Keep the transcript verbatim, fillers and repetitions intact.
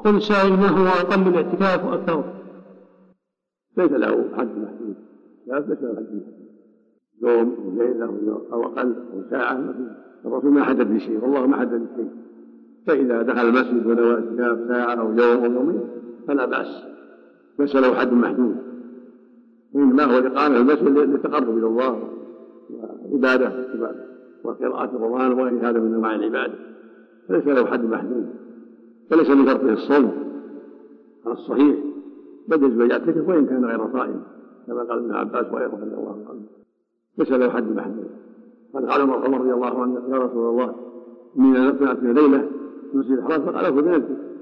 يقول السائل: ما هو أقل الاعتكاف وأكثره؟ ليس له حد محدود، ليس له حد محدود، يوم او ليله او اقل او ساعه، الرسول ما حدد بشيء والله ما حدد بشيء. فاذا دخل المسجد ونوى اعتكاف ساعه او يوم او يومين فلا باس، ليس له حد محدود، وانما هو الاقامه في المسجد للتقرب الى الله وعباده وقراءه القران وغير هذا من انواع العباده، فليس له حد محدود، فليس من شرطه الصوم على الصحيح، بل يجب ان يعتكف وان كان غير صائم، كما قال ابن عباس وغيره رضي الله عنه، ليس له حد محدود. قال قال عمر رضي الله عنه: يا رسول الله، اني نزلت ليله في المسجد الحرام، فقال: فليلتك